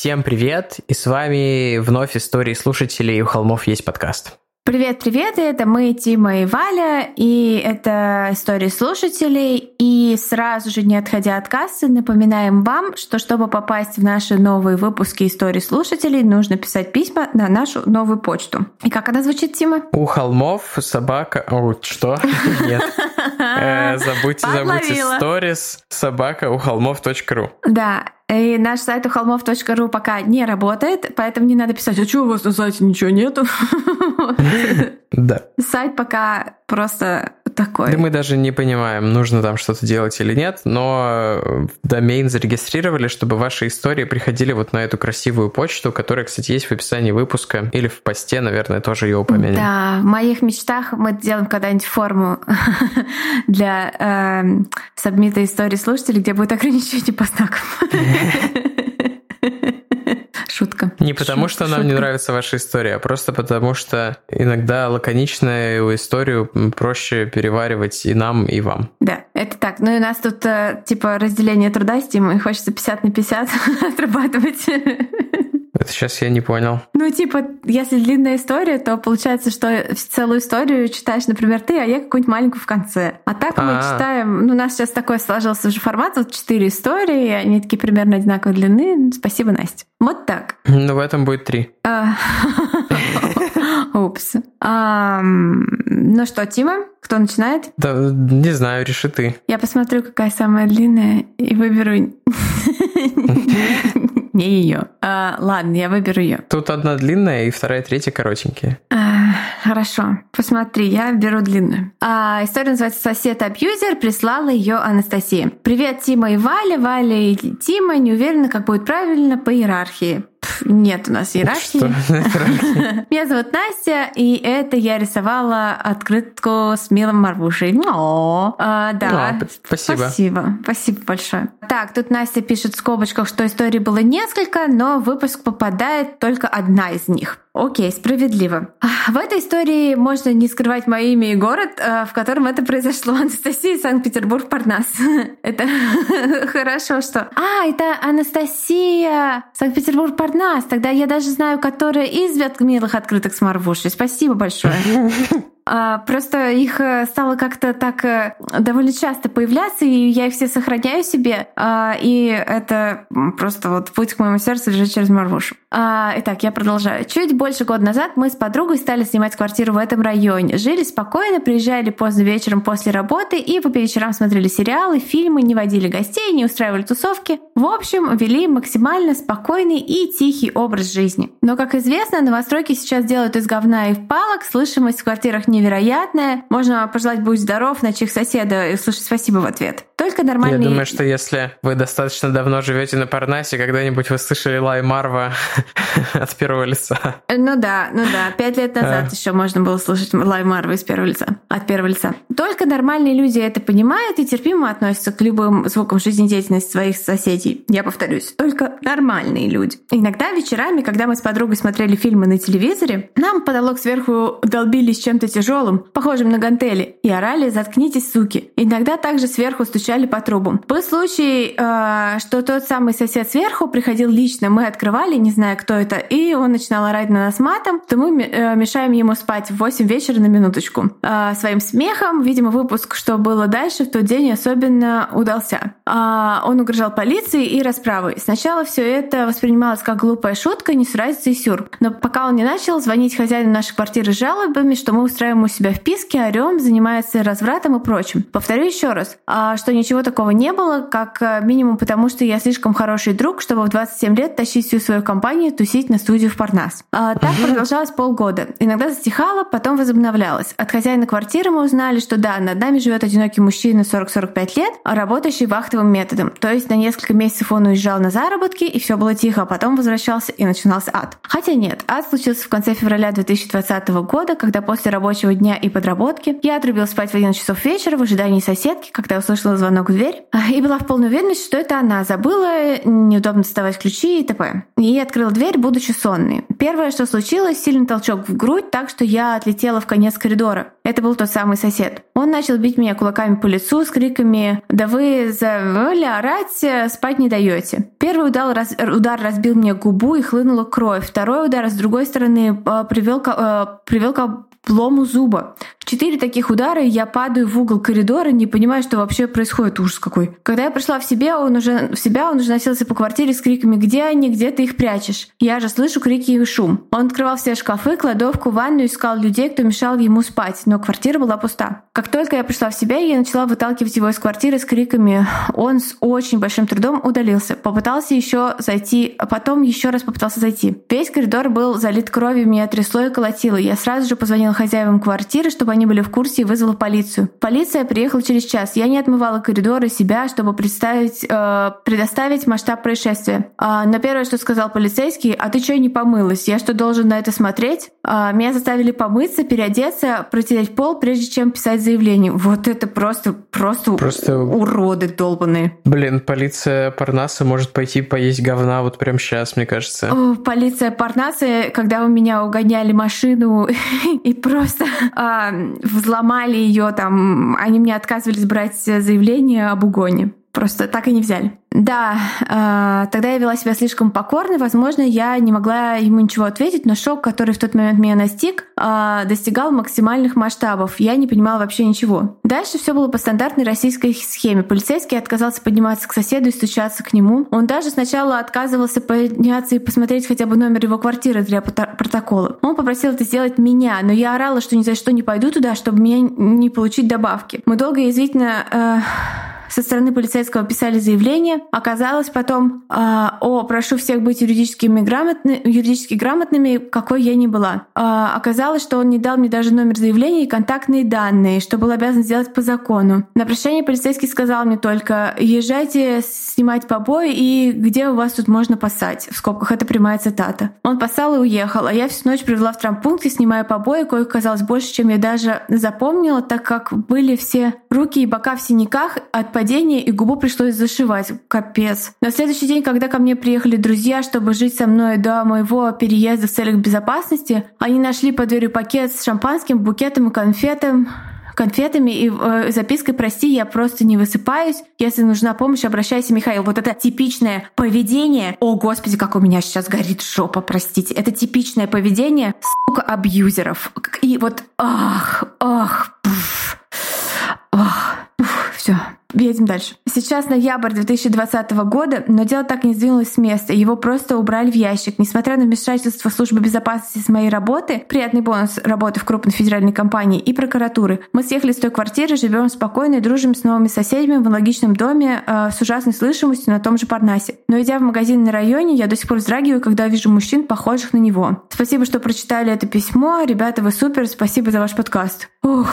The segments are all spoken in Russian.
Всем привет, и с вами вновь истории слушателей «У холмов есть подкаст». Привет-привет, это мы, Тима и Валя, и это истории слушателей. И сразу же, не отходя от кассы, напоминаем вам, что чтобы попасть в наши новые выпуски историй слушателей, нужно писать письма на нашу новую почту. И как она звучит, Тима? У холмов собака... Что? Нет. Забудьте сторис собака.ухолмов.ру. Да. И наш сайт ухолмов.ру пока не работает, поэтому не надо писать, а что у вас на сайте ничего нету? Да. Сайт пока просто такой. Да мы даже не понимаем, нужно там что-то делать или нет, но домен зарегистрировали, чтобы ваши истории приходили вот на эту красивую почту, которая, кстати, есть в описании выпуска, или в посте, наверное, тоже ее упомянем. Да, в моих мечтах мы сделаем когда-нибудь форму для сабмита истории слушателей, где будет ограничение по знакам. Шутка. Не потому, что нам не нравится ваша история, а просто потому, что иногда лаконичную историю проще переваривать и нам, и вам. Да, это так. Ну и у нас тут типа разделение труда с Тимой, хочется 50/50 отрабатывать. Это сейчас я не понял. Ну, типа, если длинная история, то получается, что целую историю читаешь, например, ты, а я какую-нибудь маленькую в конце. А так мы читаем... Ну, у нас сейчас такой сложился уже формат, вот 4 истории, они такие примерно одинаковой длины. Спасибо, Настя. Вот так. Ну, в этом будет 3. Упс. Ну что, Тима, кто начинает? Да, не знаю, реши ты. Я посмотрю, какая самая длинная, и выберу... Не ее. Ладно, я выберу ее. Тут одна длинная, и вторая, третья коротенькие. Хорошо. Посмотри, я беру длинную. История называется «Сосед-абьюзер». Прислала ее Анастасия. Привет, Тима и Валя. Валя и Тима. Не уверена, как будет правильно по иерархии. Нет у нас иерархии. Что? Меня зовут Настя, и это я рисовала открытку с милым Марвушей. Да. Спасибо. Спасибо большое. Так, тут Настя пишет в скобочках, что историй было несколько, но в выпуск попадает только одна из них. Окей, справедливо. В этой истории можно не скрывать мое имя и город, в котором это произошло. Анастасия, Санкт-Петербург, Парнас. Это хорошо, что... это Анастасия, Санкт-Петербург, Парнас. Тогда я даже знаю, которая из милых открыток с Марвушей. Спасибо большое. Просто их стало как-то так довольно часто появляться, и я их все сохраняю себе. И это просто вот путь к моему сердцу лежит через Марвушу. Итак, я продолжаю. Чуть больше года назад мы с подругой стали снимать квартиру в этом районе. Жили спокойно, приезжали поздно вечером после работы и по вечерам смотрели сериалы, фильмы, не водили гостей, не устраивали тусовки. В общем, вели максимально спокойный и тихий образ жизни. Но, как известно, новостройки сейчас делают из говна и палок, слышимость в квартирах невероятная. Можно пожелать «будь здоров», на чьих соседа и услышать спасибо в ответ. Только нормальные... Я думаю, что если вы достаточно давно живете на Парнасе, когда-нибудь вы слышали лай Марва от первого лица. Ну да. 5 лет назад еще можно было слышать лай Марва от первого лица. Только нормальные люди это понимают и терпимо относятся к любым звукам жизнедеятельности своих соседей. Я повторюсь, только нормальные люди. Иногда вечерами, когда мы с подругой смотрели фильмы на телевизоре, нам потолок сверху долбили с чем-то тяжелым, похожим на гантели, и орали «заткнитесь, суки». Иногда также сверху стучали по трубам. Был случай, что тот самый сосед сверху приходил лично, мы открывали, не зная, кто это, и он начинал орать на нас матом, то мы мешаем ему спать в 8 вечера на минуточку. Своим смехом, видимо, выпуск «Что было дальше» в тот день особенно удался. Он угрожал полиции и расправой. Сначала все это воспринималось как глупая шутка, несуразица и сюр. Но пока он не начал звонить хозяину нашей квартиры с жалобами, что мы устраиваем у себя вписки, орём, занимается развратом и прочим. Повторю еще раз, что ничего такого не было, как минимум потому, что я слишком хороший друг, чтобы в 27 лет тащить всю свою компанию тусить на студию в Парнас. Так продолжалось полгода. Иногда затихало, потом возобновлялось. От хозяина квартиры мы узнали, что да, над нами живет одинокий мужчина 40-45 лет, работающий вахтовым методом. То есть на несколько месяцев он уезжал на заработки, и все было тихо, а потом возвращался, и начинался ад. Хотя нет, ад случился в конце февраля 2020 года, когда после рабочего дня и подработки я отрубилась спать в 11 часов вечера в ожидании соседки, когда услышала звонок звонок в дверь и была в полной уверенности, что это она. Забыла, неудобно доставать ключи и т.п. И открыла дверь, будучи сонной. Первое, что случилось, сильный толчок в грудь, так что я отлетела в конец коридора. Это был тот самый сосед. Он начал бить меня кулаками по лицу с криками: «Да вы завели орать, спать не даете». Первый удар разбил мне губу и хлынула кровь. Второй удар с другой стороны привел к облому зуба. В 4 таких удара я падаю в угол коридора, не понимая, что вообще происходит. Ужас какой. Когда я пришла в себя, он уже носился по квартире с криками: «Где они? Где ты их прячешь?» Я же слышу крики и шум. Он открывал все шкафы, кладовку, ванную, искал людей, кто мешал ему спать, но квартира была пуста. Как только я пришла в себя, я начала выталкивать его из квартиры с криками. Он с очень большим трудом удалился. Попытался еще зайти, а потом еще раз попытался зайти. Весь коридор был залит кровью, меня трясло и колотило. Я сразу же позвонила хозяевам квартиры, чтобы они были в курсе, и вызвала полицию. Полиция приехала через час. Я не отмывала коридоры себя, чтобы предоставить масштаб происшествия. Но первое, что сказал полицейский: «А ты что, не помылась? Я что, должен на это смотреть?» Меня заставили помыться, переодеться, протереть пол, прежде чем писать заявление. Вот это просто уроды долбаные. Блин, полиция Парнаса может пойти поесть говна вот прямо сейчас, мне кажется. Полиция Парнаса, когда у меня угоняли машину и просто взломали ее, там, они мне отказывались брать заявление об угоне. Просто так и не взяли. Да, тогда я вела себя слишком покорно, возможно, я не могла ему ничего ответить, но шок, который в тот момент меня настиг, достигал максимальных масштабов. Я не понимала вообще ничего. Дальше все было по стандартной российской схеме. Полицейский отказался подниматься к соседу и стучаться к нему. Он даже сначала отказывался подняться и посмотреть хотя бы номер его квартиры для протокола. Он попросил это сделать меня, но я орала, что ни за что не пойду туда, чтобы меня не получить добавки. Мы долго и язвительно со стороны полицейского писали заявление. Оказалось потом: прошу всех быть юридически грамотными, какой я ни была. Оказалось, что он не дал мне даже номер заявления и контактные данные, что был обязан сделать по закону. На прощание полицейский сказал мне только: езжайте снимать побои, и где у вас тут можно поссать. В скобках, это прямая цитата. Он поссал и уехал, а я всю ночь провела в травмпункте, снимая побои, коих казалось больше, чем я даже запомнила, так как были все руки и бока в синяках от падения, и губу пришлось зашивать. Капец. На следующий день, когда ко мне приехали друзья, чтобы жить со мной до моего переезда в целях безопасности, они нашли под дверью пакет с шампанским, букетом и конфетами и запиской: «Прости, я просто не высыпаюсь. Если нужна помощь, обращайся, Михаил». Вот это типичное поведение. О, господи, как у меня сейчас горит жопа, простите. Это типичное поведение, сука, абьюзеров. И вот все. Едем дальше. Сейчас ноябрь 2020 года, но дело так и не сдвинулось с места. Его просто убрали в ящик. Несмотря на вмешательство службы безопасности с моей работы, приятный бонус работы в крупной федеральной компании, и прокуратуры, мы съехали с той квартиры, живем спокойно и дружим с новыми соседями в аналогичном доме с ужасной слышимостью на том же Парнасе. Но идя в магазин на районе, я до сих пор вздрагиваю, когда вижу мужчин, похожих на него. Спасибо, что прочитали это письмо. Ребята, вы супер. Спасибо за ваш подкаст.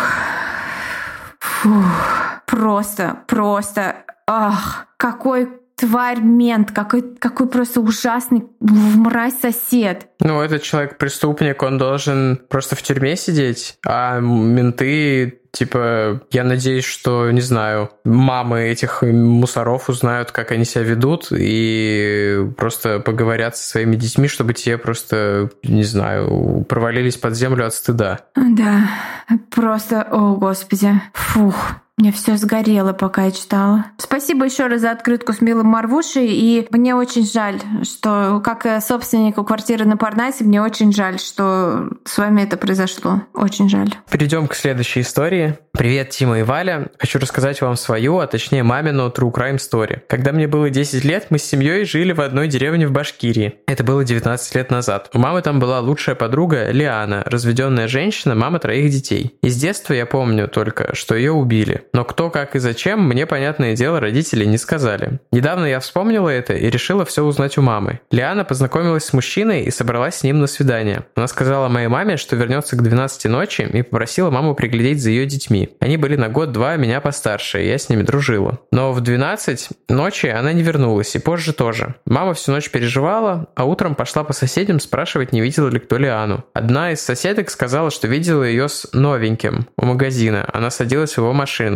Просто, какой тварь-мент, какой просто ужасный мразь сосед. Ну, этот человек-преступник, он должен просто в тюрьме сидеть, а менты, типа, я надеюсь, что, не знаю, мамы этих мусоров узнают, как они себя ведут, и просто поговорят со своими детьми, чтобы те просто, не знаю, провалились под землю от стыда. Да, просто, о господи, фух. Мне все сгорело, пока я читала. Спасибо еще раз за открытку с милым Марвушей. И мне очень жаль, что, как собственнику квартиры на Парнасе, мне очень жаль, что с вами это произошло. Очень жаль. Перейдем к следующей истории. Привет, Тима и Валя. Хочу рассказать вам свою, а точнее мамину True Crime Story. Когда мне было 10 лет, мы с семьей жили в одной деревне в Башкирии. Это было 19 лет назад. У мамы там была лучшая подруга Лиана, разведенная женщина, мама 3 детей. Из детства я помню только, что ее убили. Но кто, как и зачем, мне, понятное дело, родители не сказали. Недавно я вспомнила это и решила все узнать у мамы. Лиана познакомилась с мужчиной и собралась с ним на свидание. Она сказала моей маме, что вернется к 12 ночи, и попросила маму приглядеть за ее детьми. Они были на год-два меня постарше, и я с ними дружила. Но в 12 ночи она не вернулась, и позже тоже. Мама всю ночь переживала, а утром пошла по соседям спрашивать, не видела ли кто Лиану. Одна из соседок сказала, что видела ее с новеньким у магазина. Она садилась в его машину.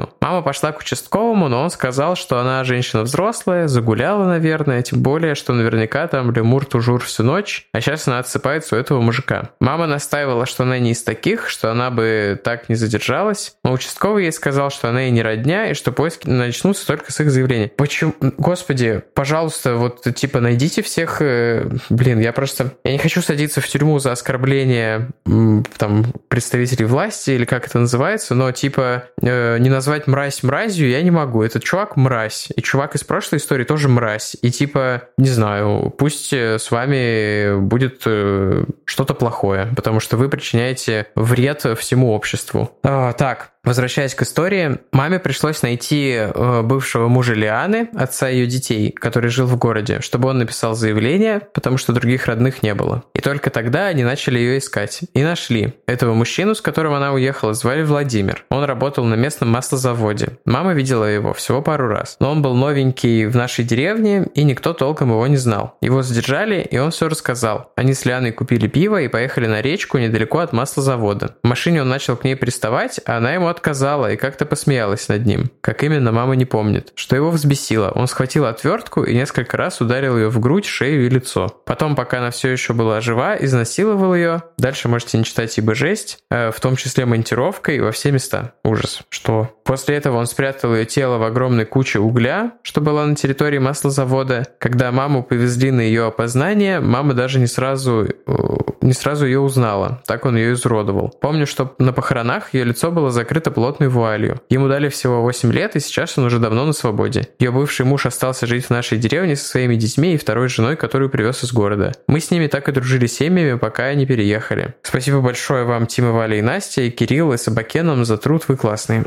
машину. Мама пошла к участковому, но он сказал, что она женщина взрослая, загуляла, наверное, тем более, что наверняка там лемур-тужур всю ночь, а сейчас она отсыпается у этого мужика. Мама настаивала, что она не из таких, что она бы так не задержалась, но участковый ей сказал, что она и не родня, и что поиски начнутся только с их заявления. Почему? Господи, пожалуйста, вот типа найдите всех... Блин, я не хочу садиться в тюрьму за оскорбление там представителей власти, или как это называется, но типа не назвать мразь мразью я не могу. Этот чувак мразь, и чувак из прошлой истории тоже мразь. И типа, не знаю, пусть с вами будет что-то плохое, потому что вы причиняете вред всему обществу. Так, возвращаясь к истории, маме пришлось найти бывшего мужа Лианы, отца ее детей, который жил в городе, чтобы он написал заявление, потому что других родных не было. И только тогда они начали ее искать. И нашли. Этого мужчину, с которым она уехала, звали Владимир. Он работал на местном маслозаводе. Мама видела его всего пару раз. Но он был новенький в нашей деревне, и никто толком его не знал. Его задержали, и он все рассказал. Они с Лианой купили пиво и поехали на речку недалеко от маслозавода. В машине он начал к ней приставать, а она ему отказала и как-то посмеялась над ним. Как именно, мама не помнит. Что его взбесило, он схватил отвертку и несколько раз ударил ее в грудь, шею и лицо. Потом, пока она все еще была жива, изнасиловал ее. Дальше можете не читать, ибо жесть, в том числе монтировкой во все места. Ужас. Что? После этого он спрятал ее тело в огромной куче угля, что была на территории маслозавода. Когда маму повезли на ее опознание, мама даже не сразу ее узнала. Так он ее изуродовал. Помню, что на похоронах ее лицо было закрыто плотной вуалью. Ему дали всего 8 лет, и сейчас он уже давно на свободе. Ее бывший муж остался жить в нашей деревне со своими детьми и второй женой, которую привез из города. Мы с ними так и дружили семьями, пока они переехали. Спасибо большое вам, Тима, Валя и Настя, и Кирилл, и Собакеном за труд, вы классные.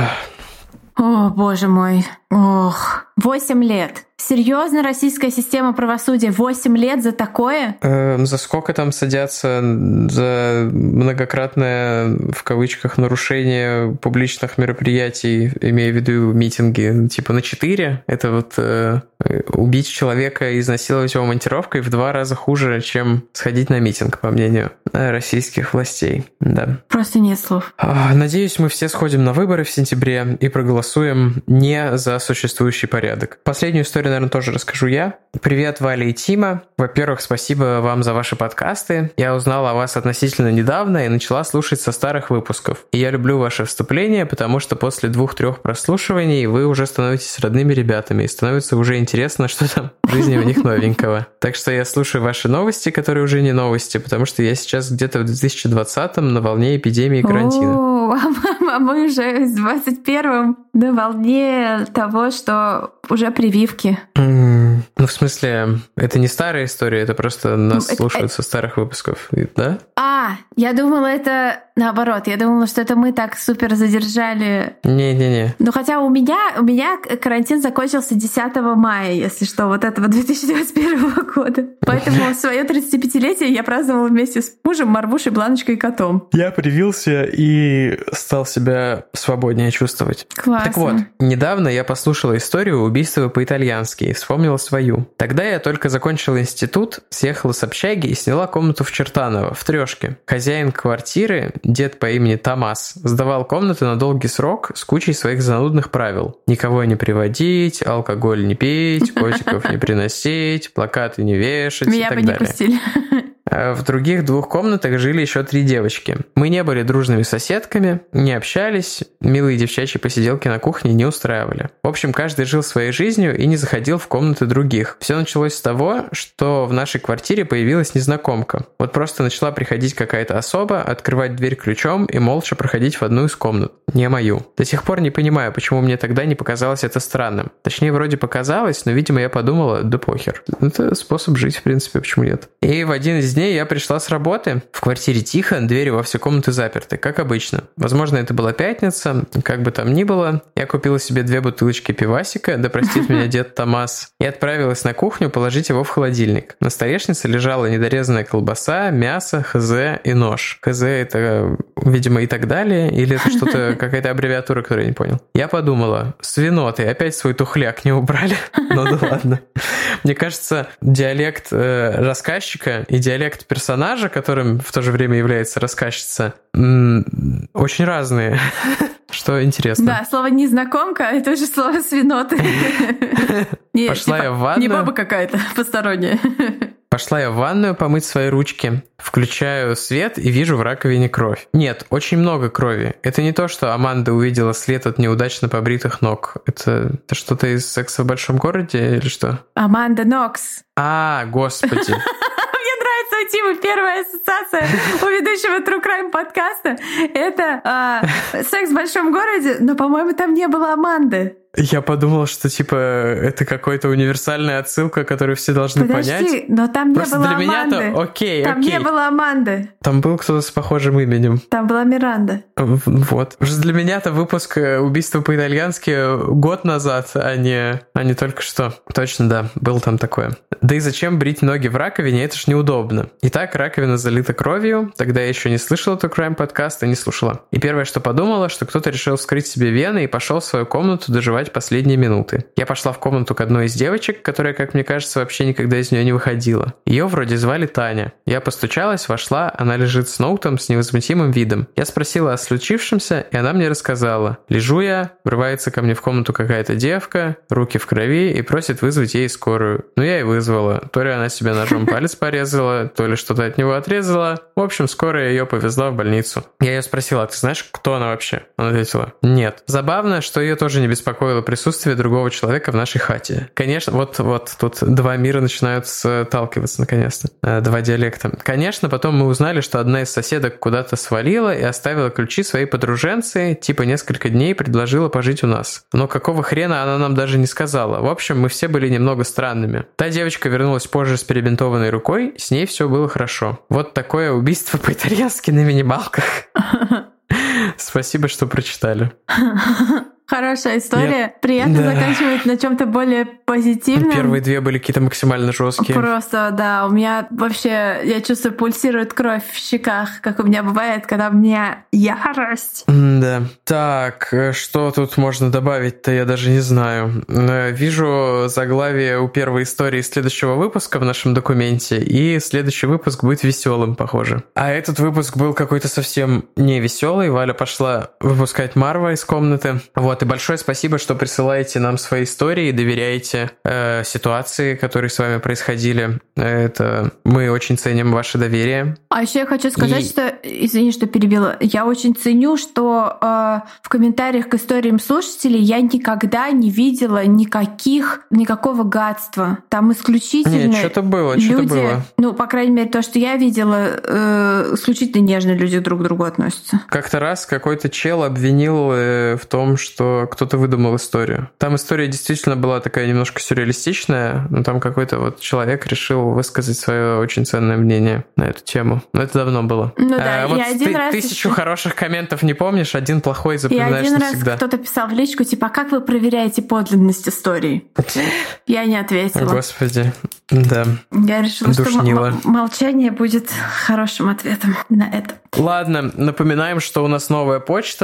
О, боже мой. Ох, 8 лет. Серьезно, российская система правосудия 8 лет за такое? За сколько там садятся? За многократное, в кавычках, нарушение публичных мероприятий, имея в виду митинги, типа на 4? Это вот убить человека и изнасиловать его монтировкой в 2 раза хуже, чем сходить на митинг, по мнению российских властей. Да. Просто нет слов. Надеюсь, мы все сходим на выборы в сентябре и проголосуем не за существующий порядок. Последнюю историю, наверное, тоже расскажу я. Привет, Валя и Тима. Во-первых, спасибо вам за ваши подкасты. Я узнала о вас относительно недавно и начала слушать со старых выпусков. И я люблю ваше вступление, потому что после 2-3 прослушиваний вы уже становитесь родными ребятами, и становится уже интересно, что там в жизни у них новенького. Так что я слушаю ваши новости, которые уже не новости, потому что я сейчас где-то в 2020-м на волне эпидемии карантина. А мы уже с 21-м на волне того, что уже прививки. Ну, в смысле, это не старая история, это просто нас слушают со старых выпусков, да? Я думала, это наоборот. Я думала, что это мы так супер задержали. Не-не-не. Ну, хотя у меня карантин закончился 10 мая, если что, вот этого 2021 года. Поэтому свое 35-летие я праздновала вместе с мужем, Марбушей, Бланочкой и котом. Я привился и стал себя свободнее чувствовать. Классно. Так вот, недавно я послушала историю убийства по-итальянски и вспомнила свою. Тогда я только закончила институт, съехала с общаги и сняла комнату в Чертаново, в Трёшке. Хозяин квартиры, дед по имени Томас, сдавал комнаты на долгий срок с кучей своих занудных правил. Никого не приводить, алкоголь не пить, котиков не приносить, плакаты не вешать и так далее. Меня бы не пустили. В других 2 комнатах жили еще 3 девочки. Мы не были дружными соседками, не общались, милые девчачьи посиделки на кухне не устраивали. В общем, каждый жил своей жизнью и не заходил в комнаты других. Все началось с того, что в нашей квартире появилась незнакомка. Вот просто начала приходить какая-то особа, открывать дверь ключом и молча проходить в одну из комнат. Не мою. До сих пор не понимаю, почему мне тогда не показалось это странным. Точнее, вроде показалось, но, видимо, я подумала, да похер. Это способ жить, в принципе, почему нет. И в один из дней я пришла с работы. В квартире тихо, двери во все комнаты заперты, как обычно. Возможно, это была пятница, как бы там ни было. Я купила себе 2 бутылочки пивасика, да простит меня дед Томас, и отправилась на кухню положить его в холодильник. На столешнице лежала недорезанная колбаса, мясо, хз и нож. Хз — это, видимо, и так далее, или это что-то, какая-то аббревиатура, которую я не понял. Я подумала, свиноты, опять свой тухляк не убрали? Ну да ладно. Мне кажется, диалект рассказчика и диалект персонажа, которым в то же время является рассказчица, очень разные. что интересно. Да, слово «незнакомка» — это уже слово «свиноты». Пошла я в ванную. Не баба какая-то посторонняя. Пошла я в ванную помыть свои ручки, включаю свет и вижу в раковине кровь. Нет, очень много крови. Это не то, что Аманда увидела след от неудачно побритых ног. Это что-то из «Секса в большом городе» или что? Аманда Нокс. Господи. Мне нравится у Тимы первая ассоциация у ведущего True Crime подкаста. Это «Секс в большом городе», но, по-моему, там не было Аманды. Я подумал, что это какая-то универсальная отсылка, которую все должны понять. Подожди, но там не Просто было для Аманды. меня-то окей. Там не было Аманды. Там был кто-то с похожим именем. Там была Миранда. Вот. Для меня-то выпуск «Убийство по-итальянски» год назад, а не только что. Точно, да, было там такое. Да и зачем брить ноги в раковине? Это ж неудобно. Итак, раковина залита кровью. Тогда я еще не слышала True Crime подкаста, не слушала. И первое, что подумала, что кто-то решил вскрыть себе вены и пошел в свою комнату доживать последние минуты. Я пошла в комнату к одной из девочек, которая, как мне кажется, вообще никогда из нее не выходила. Ее вроде звали Таня. Я постучалась, вошла, она лежит с ноутом с невозмутимым видом. Я спросила о случившемся, и она мне рассказала. Лежу я, врывается ко мне в комнату какая-то девка, руки в крови, и просит вызвать ей скорую. Ну, я и вызвала. То ли она себе ножом палец порезала, то ли что-то от него отрезала. В общем, скорая ее повезла в больницу. Я ее спросила: а ты знаешь, кто она вообще? Она ответила: нет. Забавно, что ее тоже не беспокоило присутствие другого человека в нашей хате. Конечно, вот тут два мира начинают сталкиваться наконец-то. Два диалекта. Конечно, потом мы узнали, что одна из соседок куда-то свалила и оставила ключи своей подруженцы, типа несколько дней предложила пожить у нас. Но какого хрена она нам даже не сказала. В общем, мы все были немного странными. Та девочка вернулась позже с перебинтованной рукой, с ней все было хорошо. Вот такое убийство по-итальянски на минималках. Спасибо, что прочитали. Хорошая история. Приятно заканчивать на чем-то более позитивном. Первые две были какие-то максимально жесткие. Просто, да, у меня вообще, я чувствую, пульсирует кровь в щеках, как у меня бывает, когда у меня ярость. Да. Так, что тут можно добавить-то, я даже не знаю. Вижу заглавие у первой истории следующего выпуска в нашем документе, и следующий выпуск будет веселым, похоже. А этот выпуск был какой-то совсем не веселый. Валя пошла выпускать Марва из комнаты. Вот, и большое спасибо, что присылаете нам свои истории и доверяете ситуации, которые с вами происходили. Это мы очень ценим ваше доверие. А еще я хочу сказать, что, извини, что перебила, я очень ценю, что в комментариях к историям слушателей я никогда не видела никакого гадства. Там исключительно Нет, что-то было, люди, ну, по крайней мере, то, что я видела, исключительно нежно люди друг к другу относятся. Как-то раз какой-то чел обвинил в том, что кто-то выдумал историю. Там история действительно была такая немножко сюрреалистичная, но там какой-то вот человек решил высказать свое очень ценное мнение на эту тему. Но это давно было. Ну да, вот и один раз... 1000 хороших комментов не помнишь, один плохой запоминаешь навсегда. И один раз кто-то писал в личку, типа, а как вы проверяете подлинность истории? Я не ответила. Господи, да. Я решила, душнила. Что молчание будет хорошим ответом на это. Ладно, напоминаем, что у нас новая почта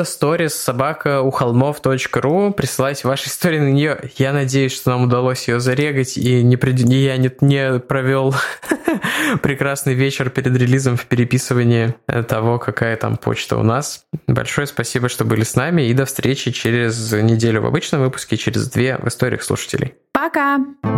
stories@ухолмов.ру. Присылайте ваши истории на нее. Я надеюсь, что нам удалось ее зарегать, и я не провел прекрасный вечер перед релизом в переписывании того, какая там почта у нас. Большое спасибо, что были с нами, и до встречи через неделю в обычном выпуске, через 2 в историях слушателей. Пока!